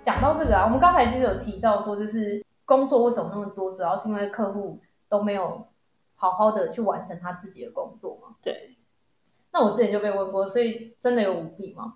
讲到这个啊，我们刚才其实有提到说，就是工作为什么那么多，主要是因为客户都没有好好的去完成他自己的工作嘛。 对。 那我之前就被问过，所以真的有舞弊吗？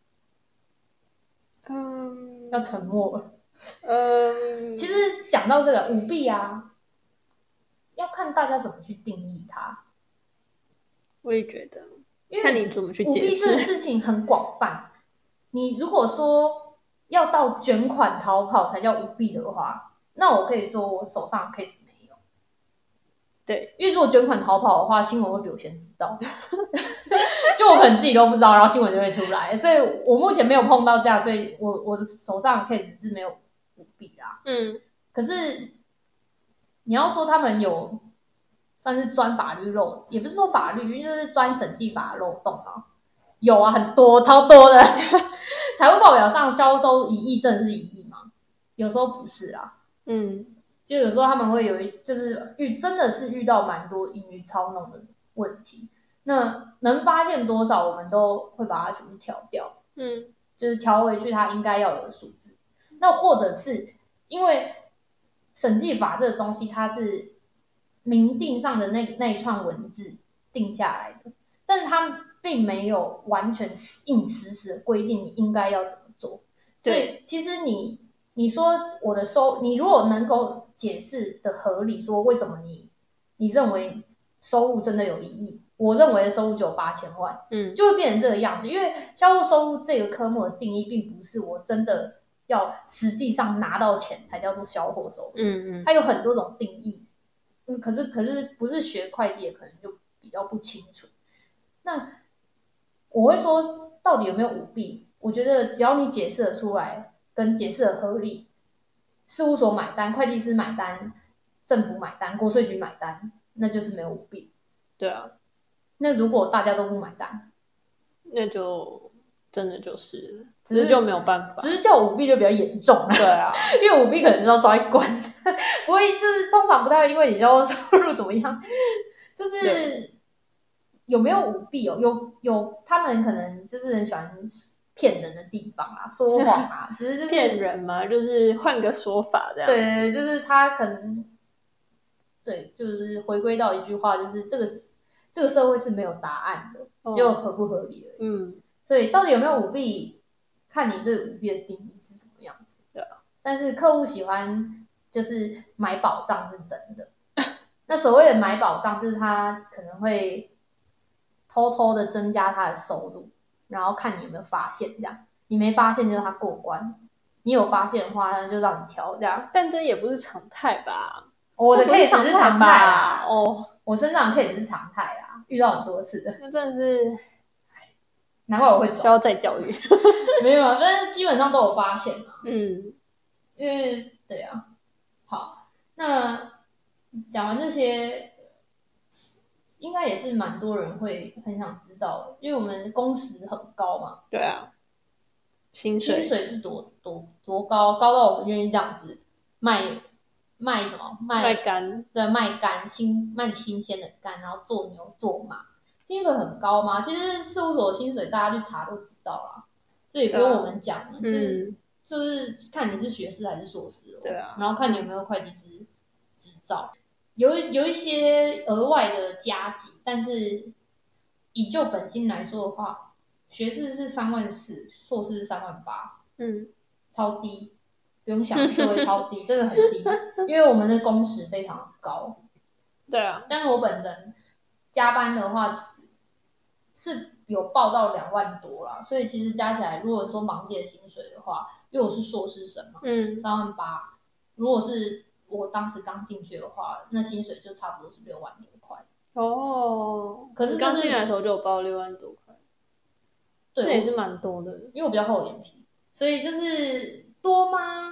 要沉默了。其实讲到这个舞弊啊，要看大家怎么去定义它。 我也觉得， 因为看你怎么去解释。 舞弊这个事情很广泛，你如果说要到卷款逃跑才叫舞弊的话，那我可以说我手上的 case 没有。 对， 因为如果卷款逃跑的话，新闻会比我先知道，就我可能自己都不知道，然后新闻就会出来，所以我目前没有碰到这样，所以我的手上的 case 是没有舞弊啦。可是你要说他们有算是钻法律漏，也不是说法律，就是钻审计法的漏洞啊。有啊，很多，超多的。财务报表上销售1亿，真的是1亿吗？有时候不是啊。就有时候他们会有就是真的是遇到蛮多盈余操弄的问题。那能发现多少，我们都会把它全部调掉。就是调回去它应该要有的数字。那或者是因为审计法这个东西，它是明定上的那一串文字定下来的，但是它并没有完全硬实实的规定你应该要怎么做。所以其实你说我的你如果能够解释的合理，说为什么你认为收入真的有1亿，我认为的收入只有8000万，就会变成这个样子。因为销售收入这个科目的定义，并不是我真的要实际上拿到钱才叫做销货收入，它有很多种定义。可是不是学会计的可能就比较不清楚。那我会说，到底有没有舞弊？我觉得只要你解释得出来，跟解释的合理，事务所买单，会计师买单，政府买单，国税局买单，那就是没有舞弊。 对啊。 那如果大家都不买单， 那就真的就是了，只是就没有办法， 只是叫舞弊就比较严重了。 对啊， 因为舞弊可能是要抓去关，不会就是通常不太会因为你销售收入怎么样，就是有没有舞弊哦？有，他们可能就是很喜欢骗人的地方啊，说谎啊，只是就是骗人嘛，就是换个说法这样子。 对，就是他可能对，就是回归到一句话，就是这个社会是没有答案的，只有合不合理而已。所以到底有没有舞弊，看你对舞弊的定义是怎么样子。 对啊。 但是客户喜欢就是买保障是真的。那所谓的买保障，就是他可能会偷偷的增加他的收入，然后看你有没有发现这样。你没发现就是他过关，你有发现的话，那就让你挑这样。 但这也不是常态吧？ 我的 case 是常态啦。我身上的 case 是常态啦，遇到很多次的。 那真的是， 难怪我会需要再教育。 没有啊，但是基本上都有发现嘛。因为对啊。好，那讲完这些，应该也是蛮多人会很想知道的，因为我们工时很高嘛。 对啊。薪水是多高？高到我们愿意这样子卖什么？卖干。 对，卖新鲜的干，然后做牛做马，薪水很高吗？其实事务所的薪水大家去查都知道啦，这也不用我们讲了。就是看你是学士还是硕士对啊。 然后看你有没有会计师执照，有一些额外的加给，但是以就本薪来说的话，学士是34000，硕士是38000，超低。不用想，就会超低，真的很低，因为我们的工时非常高。 对啊。 但是我本人加班的话是有报到2万多啦，所以其实加起来，如果说忙季的薪水的话，因为我是硕士生嘛，38000，如果是我当时刚进去的话，那薪水就差不多是6万多块。可是刚进来的时候就有报6万多块， 对， 这也是蛮多的。 因为我比较厚脸皮，所以就是多吗？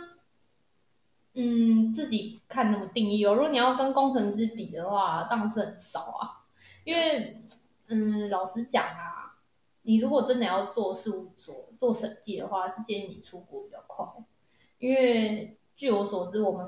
自己看怎么定义哦。如果你要跟工程师比的话，当然是很少啊。因为，老实讲啊，你如果真的要做事务所做审计的话，是建议你出国比较快。因为据我所知，我们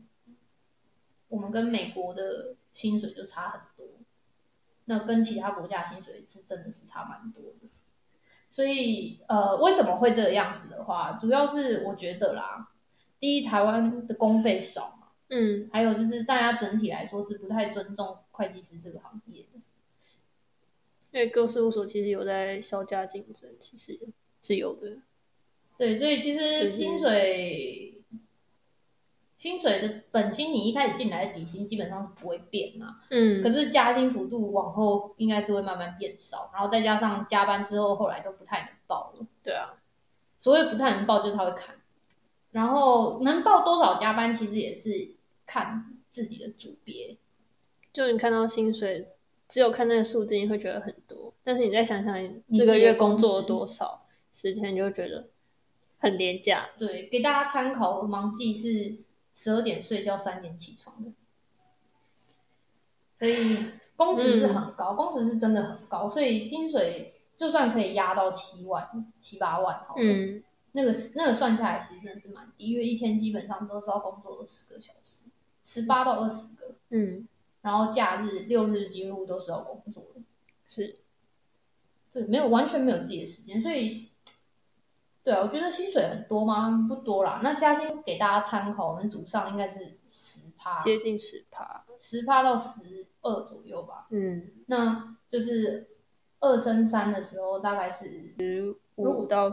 跟美国的薪水就差很多，那跟其他国家的薪水是真的是差蛮多的。 所以为什么会这个样子的话，主要是我觉得啦，第一，台湾的公费少嘛，还有就是大家整体来说是不太尊重会计师这个行业的， 因为各事务所其实有在销价竞争，其实是有的。 对，所以其实薪水的本薪，你一开始进来的底薪基本上是不会变嘛，可是加薪幅度往后应该是会慢慢变少，然后再加上加班之后，后来都不太能报了。 对啊， 所谓不太能报就是他会砍，然后能报多少加班，其实也是看自己的组别。 就你看到薪水，只有看那个数字，你会觉得很多，但是你再想想你这个月工作了多少时间，你就会觉得很廉价。 对，给大家参考，忙季是12点睡觉，3点起床的，所以工时是很高，工时是真的很高，所以薪水就算可以压到7万、7、8万好了，那个算下来其实真的是蛮低，因为一天基本上都是要工作20个小时，18到20个，然后假日6日几乎都是要工作的， 是， 对，完全没有自己的时间，所以。对啊，我觉得薪水很多吗？不多啦。那加薪给大家参考，我们组上应该是10%， 接近10%，10% 到12左右吧。那就是2升3的时候，大概是 15到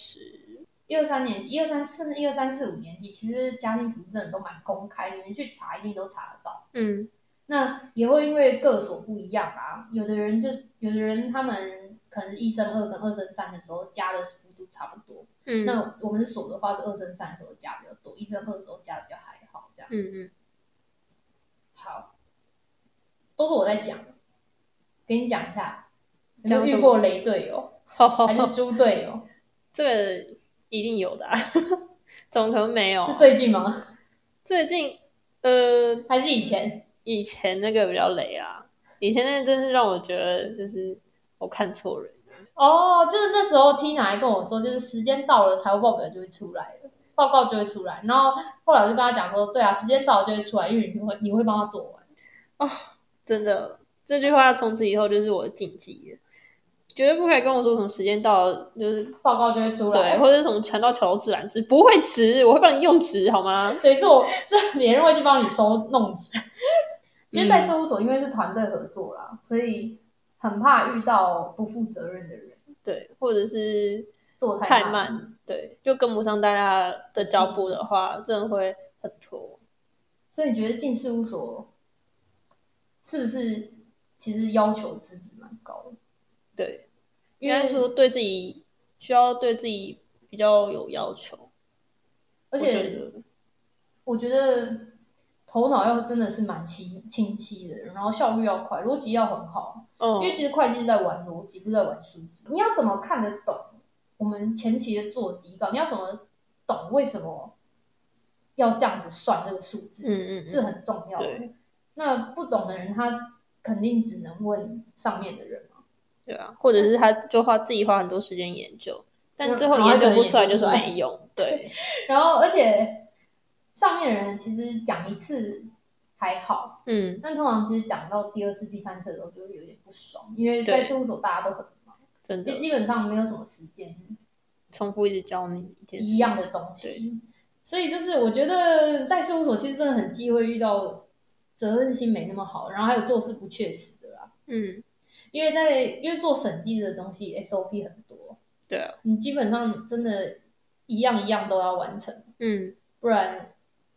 30。 123年级、123甚至123、4、5年级，其实加薪幅真的都蛮公开，你们去查一定都查得到。那也会因为各所不一样啊，有的人他们可能1升2跟2升3的时候加的幅度差不多。那我们所的话是2升3的时候加比较多，1升2的时候加的比较还好，这样。好，都是我在讲，跟你讲一下，有没有遇过雷队友，还是猪队友？ 这个一定有的啊，怎么可能没有？ 是最近吗？ 最近， 还是以前？ 以前那个比较雷啊，以前那个真是让我觉得就是我看错人。 就是那时候 Tina 还跟我说，就是时间到了，财务报表就会出来了，报告就会出来。然后后来我就跟他讲说，对啊，时间到了就会出来，因为你会帮他做完。 真的，这句话从此以后就是我的禁忌了，绝对不可以跟我说什么时间到了就是报告就会出来， 对，或者什么船到桥头自然直，不会直，我会帮你用直好吗？ 对，是别人会去帮你弄直。其实，在事务所因为是团队合作啦，所以很怕遇到不负责任的人， 对，或者是做太慢，对，就跟不上大家的脚步的话，真的会很拖。 所以你觉得进事务所是不是其实要求资质蛮高的？ 对，应该说需要对自己比较有要求， 而且我觉得头脑要真的是蛮清晰的，然后效率要快，逻辑要很好。因为其实会计是在玩逻辑，不是在玩数字。你要怎么看得懂我们前期的做底稿？你要怎么懂为什么要这样子算这个数字？是很重要的。那不懂的人，他肯定只能问上面的人嘛。 对啊，或者是他就自己花很多时间研究，但最后研究不出来就是没用。对， 然后而且上面的人其实讲一次还好，但通常其实讲到第2次、第3次的时候就会有点不爽，因为在事务所大家都很忙， 真的， 基本上没有什么时间重复一直教你一样的东西，所以就是我觉得在事务所其实真的很忌讳遇到责任心没那么好，然后还有做事不确实的啦。因为做审计的东西 SOP 很多， 对啊， 你基本上真的一样一样都要完成，不然，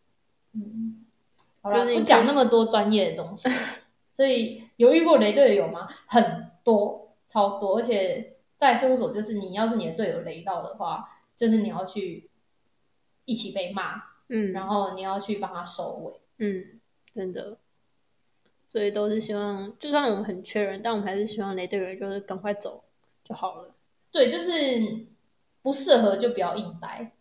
好啦，不讲那么多专业的东西。所以有遇过雷队友吗？很多，超多，而且在事务所就是要是你的队友雷到的话，就是你要去一起被骂，然后你要去帮他收尾， 真的。所以都是希望，就算我们很缺人，但我们还是希望雷队友就是赶快走就好了。 对，就是不适合就不要硬待。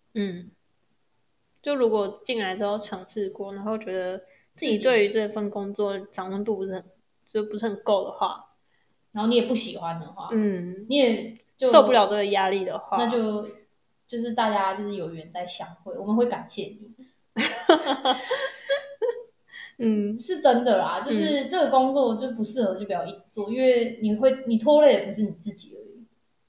就如果进来之后尝试过，然后觉得自己对于这份工作掌握度不是很够的话， 然后你也不喜欢的话，你也受不了这个压力的话， 那就是大家就是有缘再相会，我们会感谢你。是真的啦，就是这个工作就不适合就不要硬做，因为你拖累的不是你自己而已。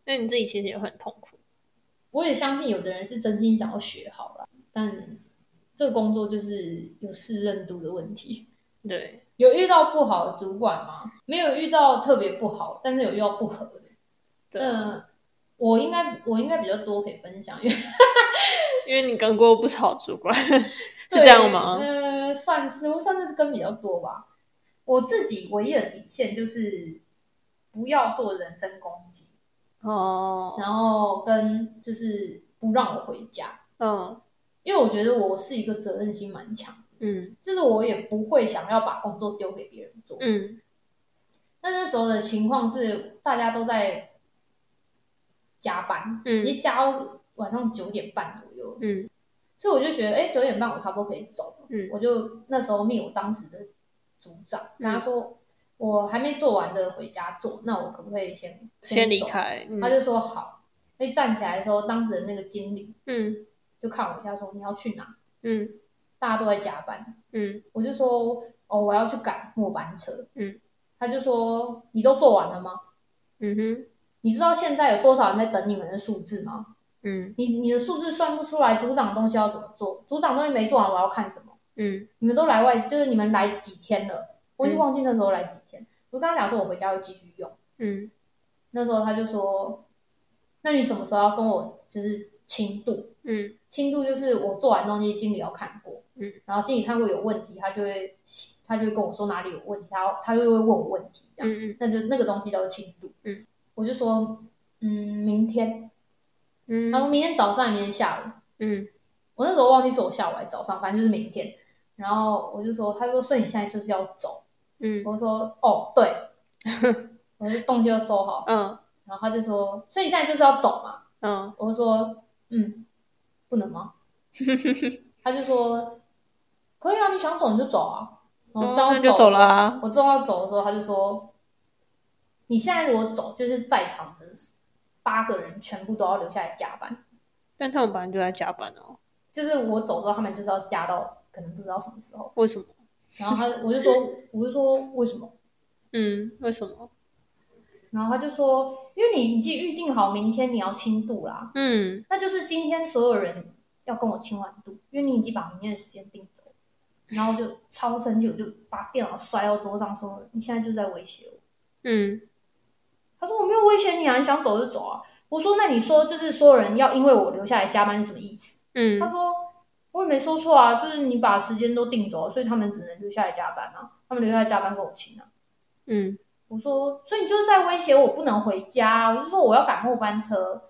因为你自己其实也会很痛苦。 我也相信有的人是真心想要学好了，但这个工作就是有适任度的问题。 对， 有遇到不好的主管吗？没有遇到特别不好，但是有遇到不合的。 对啊， 我应该比较多可以分享，因为因为你跟过不少主管，是这样吗？ 算是跟比较多吧。我自己唯一的底线就是不要做人身攻击哦， 然后跟就是不让我回家，因为我觉得我是一个责任心蛮强，就是我也不会想要把工作丢给别人做，那时候的情况是大家都在加班，一加到晚上9点半左右，所以我就觉得9点半我差不多可以走了，我就那时候密我当时的组长，跟他说我还没做完的回家做，那我可不可以先离开？ 他就说好。所以站起来的时候，当时的那个经理，就看我一下说你要去哪？大家都在加班，我就说我要去赶末班车，他就说你都做完了吗？你知道现在有多少人在等你们的数字吗？你的数字算不出来，组长的东西要怎么做？组长东西没做完，我要看什么？你们都来就是你们来几天了？我已经忘记那时候来几天。我跟他讲说，我回家会继续用。那时候他就说，那你什么时候要跟我就是轻度？轻度就是我做完东西，经理要看过，然后经理看过有问题，他就会跟我说哪里有问题，他就会问我问题，这样，那个东西叫做轻度。我就说，明天。他说明天早上，明天下午。我那时候忘记是我下午还是早上，反正就是明天。然后我就说，他说，所以你现在就是要走。我说，哦，对。我就东西都收好。然后他就说，所以你现在就是要走嘛？我就说，不能吗？他就说，可以啊，你想走你就走啊。然后那就走了啊。 我正要走的时候，他就说，你现在如果走，就是在场的8个人全部都要留下来加班。 但他们本来就在加班哦。 就是我走之后，他们就是要加到可能不知道什么时候。 为什么？ 然后我就说为什么？ 为什么？ 然后他就说，因为你已经预定好明天你要轻度啦。那就是今天所有人要跟我轻完度，因为你已经把明天的时间定走。然后就超生气，我就把电脑摔到桌上，说你现在就在威胁我。他说我没有威胁你啊，你想走就走啊。我说那你说就是所有人要因为我留下来加班是什么意思？他说我也没说错啊，就是你把时间都定走了，所以他们只能留下来加班啊，他们留下来加班跟我请啊。我说所以你就是在威胁我不能回家，我就说我要赶末班车。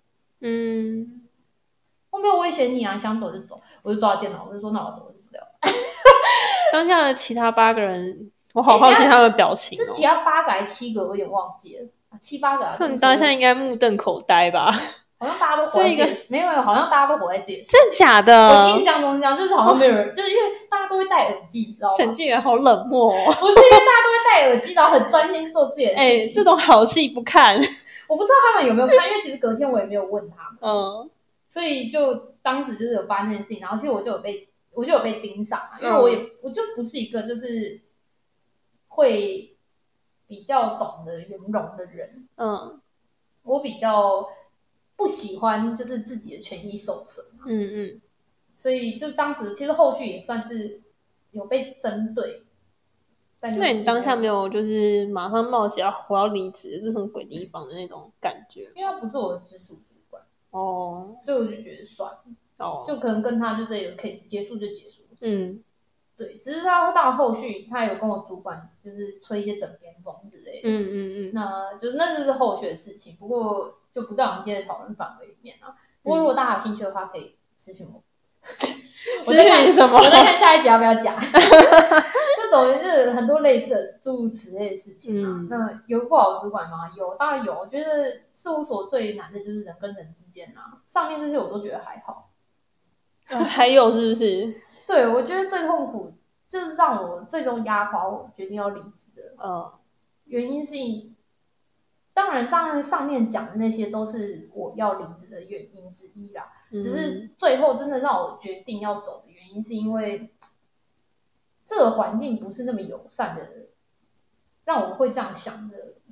我没有威胁你啊，你想走就走。我就抓着电脑，我就说那我走，我就走掉了。 当下的其他8个人，我好好奇他们的表情。 是其他8个还是7个？我有点忘记了，7、8个啊。 他们当下应该目瞪口呆吧？ 好像大家都活在自己没有，好像大家都活在自己的世界。 真的假的？ 我印象中是这样，就是好像没有人，就是因为大家都会戴耳机，你知道吗？ 审计员好冷漠哦。 不是因为大家都会戴耳机，然后很专心做自己的事情。 这种好戏不看。 我不知道他们有没有看，因为其实隔天我也没有问他们。所以就当时就是有发生这件事情，然后其实我就有被盯上了，因为我就不是一个就是会比较懂得圆融的人。我比较不喜欢就是自己的权益受损。所以就当时其实后续也算是有被针对。 那你当下没有就是马上冒起我要离职，这是什么鬼地方的那种感觉？ 因为他不是我的直属主管。所以我就觉得算了。就可能跟他就这个 case 结束就结束。对，只是他到后续他有跟我主管就是吹一些枕边风之类的。那就是后续的事情，不过就不在我们今天的讨论范围里面啊。不过如果大家有兴趣的话，可以私讯我。 私讯什么？ 我在看下一集要不要讲。就总之就是很多类似的诸如此类的事情啊。那有不好的主管吗？有，当然有。我觉得事务所最难的就是人跟人之间啊，上面这些我都觉得还好。 还有是不是？ 对，我觉得最痛苦就是让我最终压垮我决定要离职的。原因是当然上面讲的那些都是我要离职的原因之一啦。只是最后真的让我决定要走的原因是因为这个环境不是那么友善的，让我会这样想的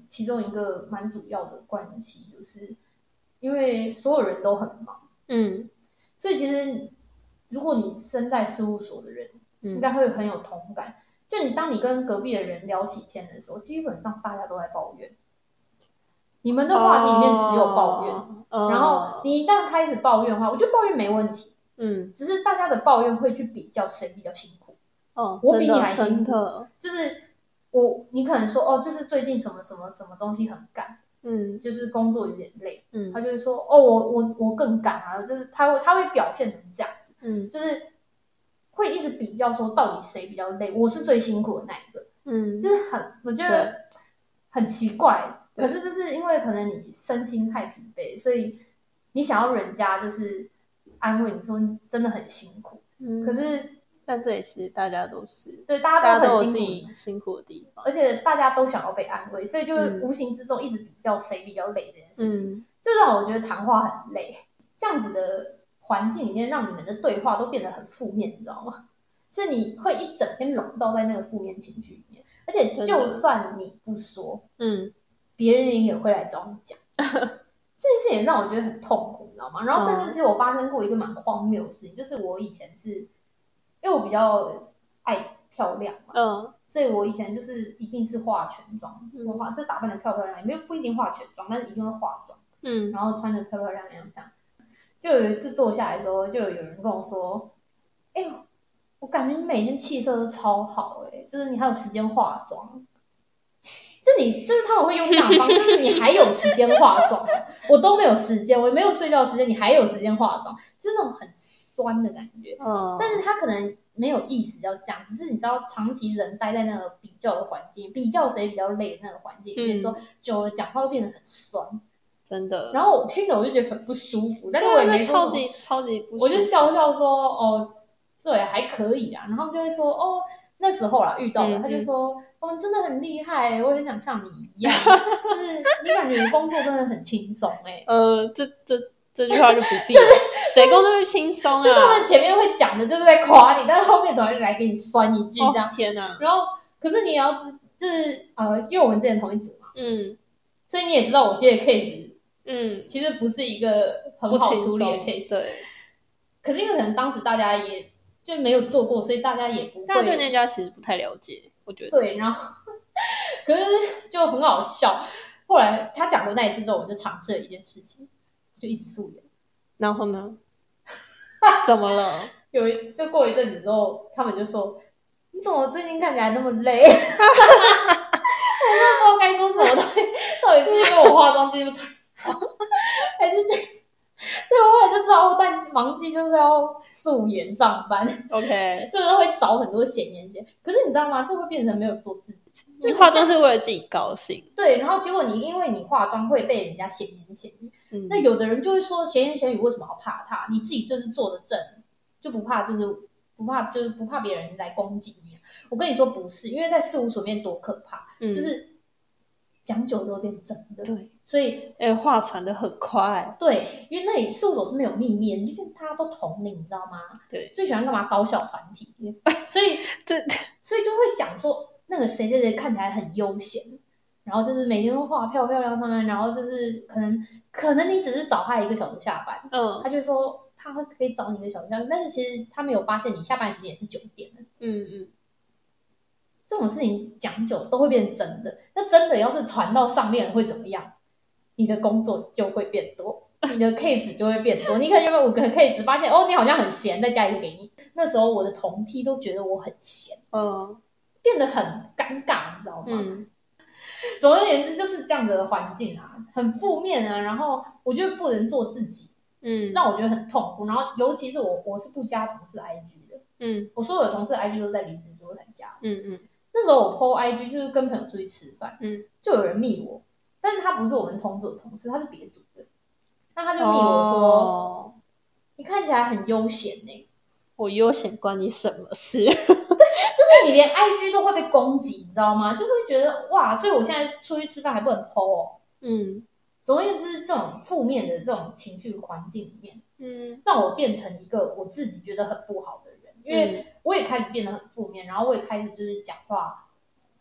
其中一个蛮主要的关系，就是因为所有人都很忙，所以其实如果你身在事务所的人，应该会很有同感。就当你跟隔壁的人聊起天的时候，基本上大家都在抱怨，你们的话题里面只有抱怨，然后你一旦开始抱怨的话，我觉得抱怨没问题，只是大家的抱怨会去比较谁比较辛苦，我比你还辛苦，就是你可能说就是最近什么什么什么东西很赶，就是工作有点累，他就会说我更赶啊，就是他会表现成这样子，就是会一直比较说到底谁比较累，我是最辛苦的那一个，就是我觉得很奇怪，可是就是因为可能你身心太疲惫，所以你想要人家就是安慰你说你真的很辛苦，可是但这里其实大家都是对，大家都很辛苦， 自己辛苦的地方， 而且大家都想要被安慰，所以就是无形之中一直比较谁比较累这件事情，就让我觉得谈话很累。这样子的环境里面，让你们的对话都变得很负面，你知道吗？是你会一整天笼罩在那个负面情绪里面，而且就算你不说，别人也会来找你讲。这件事情让我觉得很痛苦，你知道吗？然后甚至其实我发生过一个蛮荒谬的事情，就是我以前是因为我比较爱漂亮嘛，所以我以前就是一定是化全妆，就打扮的漂漂亮亮，也不一定化全妆，但是一定会化妆，然后穿的漂漂亮亮这样。就有一次坐下来之后，就有人跟我说：“我感觉你每天气色都超好，就是你还有时间化妆。”就是他们会用这样的方式，就是你还有时间化妆，我都没有时间，我也没有睡觉的时间，你还有时间化妆，就是那种很酸的感觉。但是他可能没有意识要这样，只是你知道，长期人待在那个比较的环境，比较谁比较累的那个环境里面之后，久了讲话会变得很酸。 真的， 然后我听了我就觉得很不舒服，但是我也没超级不舒服， 我就笑说这也还可以啊，然后就会说那时候啦遇到的，他就说你真的很厉害，我也很想像你一样，就是你感觉你工作真的很轻松这句话就不必了，谁工作就轻松啊？ 就他们前面会讲的就是在夸你，但是后面突然就来给你酸一句这样， 天哪！ 然后可是你也要就是因为我们之前同一组嘛，所以你也知道我接的 case。其实不是一个很好处理的 case， 对。可是因为可能当时大家也就没有做过，所以大家也不会， 大家对那家其实不太了解，我觉得。 对，然后可是就很好笑。后来他讲过那一次之后，我就尝试了一件事情，就一直素颜。 然后呢？怎么了？ 就过一阵子之后，他们就说：“你怎么最近看起来那么累？”我都不知道该说什么东西，到底是因为我化妆技术太还是所以我后来就知道，但忙季就是要素颜上班 ，OK， 就是会少很多显眼些。可是你知道吗？这会变成没有做自己， 就化妆是为了自己高兴。 对，然后结果因为你化妆会被人家闲言闲语，那有的人就会说闲言闲语为什么要怕他？你自己就是做的正，就不怕不怕别人来攻击你。我跟你说不是，因为在事务所面多可怕，就是讲久都会变真的。 对。 所以话传得很快， 对，因为那里事务所是没有秘密的，就是大家都同龄，你知道吗？ 对， 最喜欢干嘛？搞小团体，所以就会讲说那个谁谁谁看起来很悠闲，然后就是每天都画漂漂亮亮，然后就是可能你只是找他1个小时下班，他就说他可以找你1个小时下班，但是其实他没有发现你下班时间也是9点了，这种事情讲久都会变真的，那真的要是传到上面会怎么样？你的工作就会变多，你的 case 就会变多。你可能原本5个 case， 发现你好像很闲，再加一个给你。那时候我的同梯都觉得我很闲，变得很尴尬，你知道吗？总而言之就是这样的环境啊，很负面啊。然后我觉得不能做自己，让我觉得很痛苦。然后尤其是我是不加同事 IG 的，我所有的同事 IG 都是在离职之后才加。那时候我 po IG 就是跟朋友出去吃饭，就有人密我。但是他不是我们同组的同事，他是别组的。那他就密我说：“你看起来很悠闲欸。” 我悠闲关你什么事？ 对，就是你连 IG 都会被攻击，你知道吗？就是会觉得哇，所以我现在出去吃饭还不能 po 哦。总而言之，这种负面的这种情绪环境里面，让我变成一个我自己觉得很不好的人，因为我也开始变得很负面，然后我也开始就是讲话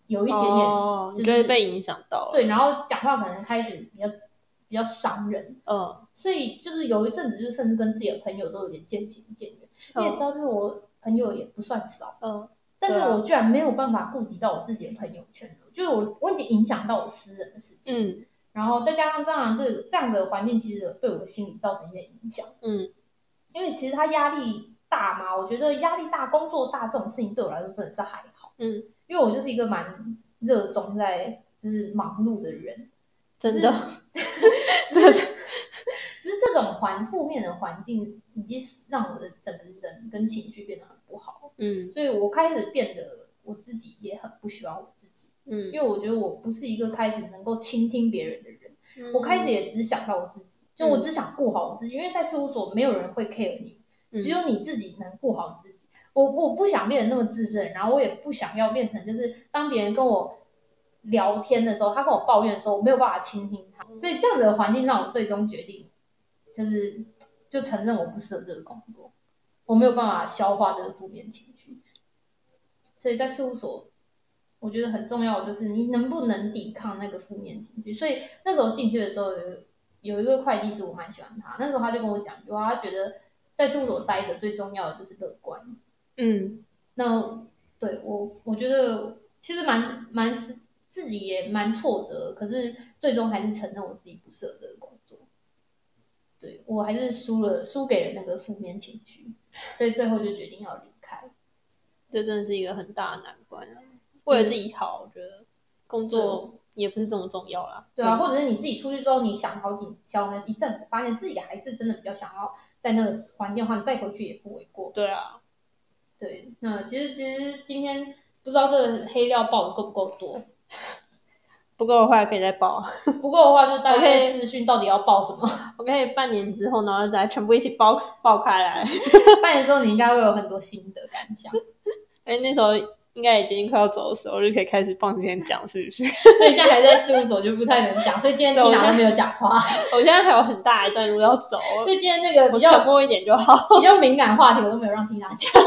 有一点点， 你就会被影响到了。 对，然后讲话可能开始比较伤人，所以就是有一阵子，就甚至跟自己的朋友都有点渐行渐远。你也知道，就是我朋友也不算少，但是我居然没有办法顾及到我自己的朋友圈了，就是我已经影响到我私人的事情，然后再加上当然这样的环境，其实对我的心理造成一些影响，因为其实他压力大嘛，我觉得压力大、工作大这种事情对我来说真的是还好，因为我就是一个蛮热衷在就是忙碌的人， 真的， 只是这种负面的环境已经让我的整个人跟情绪变得很不好，所以我开始变得我自己也很不喜欢我自己，因为我觉得我不是一个开始能够倾听别人的人，我开始也只想到我自己，就我只想顾好我自己，因为在事务所没有人会 care 你，只有你自己能顾好你自己。我不想变得那么自私，然后我也不想要变成就是当别人跟我聊天的时候，他跟我抱怨的时候，我没有办法倾听他，所以这样的环境让我最终决定就承认我不适合这个工作，我没有办法消化这个负面情绪，所以在事务所我觉得很重要的就是你能不能抵抗那个负面情绪。所以那时候进去的时候有一个会计师我蛮喜欢他，那时候他就跟我讲一句话，他觉得在事务所待着最重要的就是乐观。那对我觉得其实蛮自己也蛮挫折，可是最终还是承认我自己不适合这个工作。对，我还是输给了那个负面情绪，所以最后就决定要离开。 这真的是一个很大的难关啊！为了自己好，我觉得工作也不是这么重要啦。 对啊，或者是你自己出去之后，你想了一阵子，发现自己还是真的比较想要在那个环境的话，你再回去也不为过。 对啊， 对，那其实今天不知道这个黑料爆的够不够多， 不够的话可以再爆， 不够的话就大概私讯到底要爆什么。 我可以半年之后，然后再全部一起爆开来。 半年之后你应该会有很多心得感想。 那时候应该已经快要走的时候，就可以开始放前讲，是不是？ 对，现在还在事务所就不太能讲，所以今天Tina都没有讲话。 我现在还有很大一段路要走， 所以今天那个比较沉默一点就好， 比较敏感话题我都没有让Tina讲。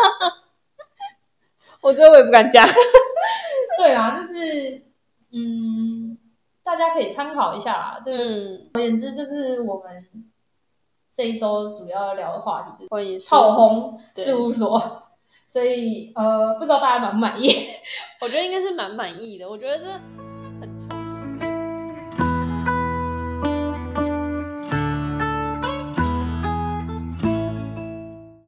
我觉得我也不敢讲。 对啦，就是大家可以参考一下啦。总而言之，就是我们这一周主要聊的话题就是炮轰事务所。所以不知道大家满不满意？ 我觉得应该是蛮满意的。我觉得这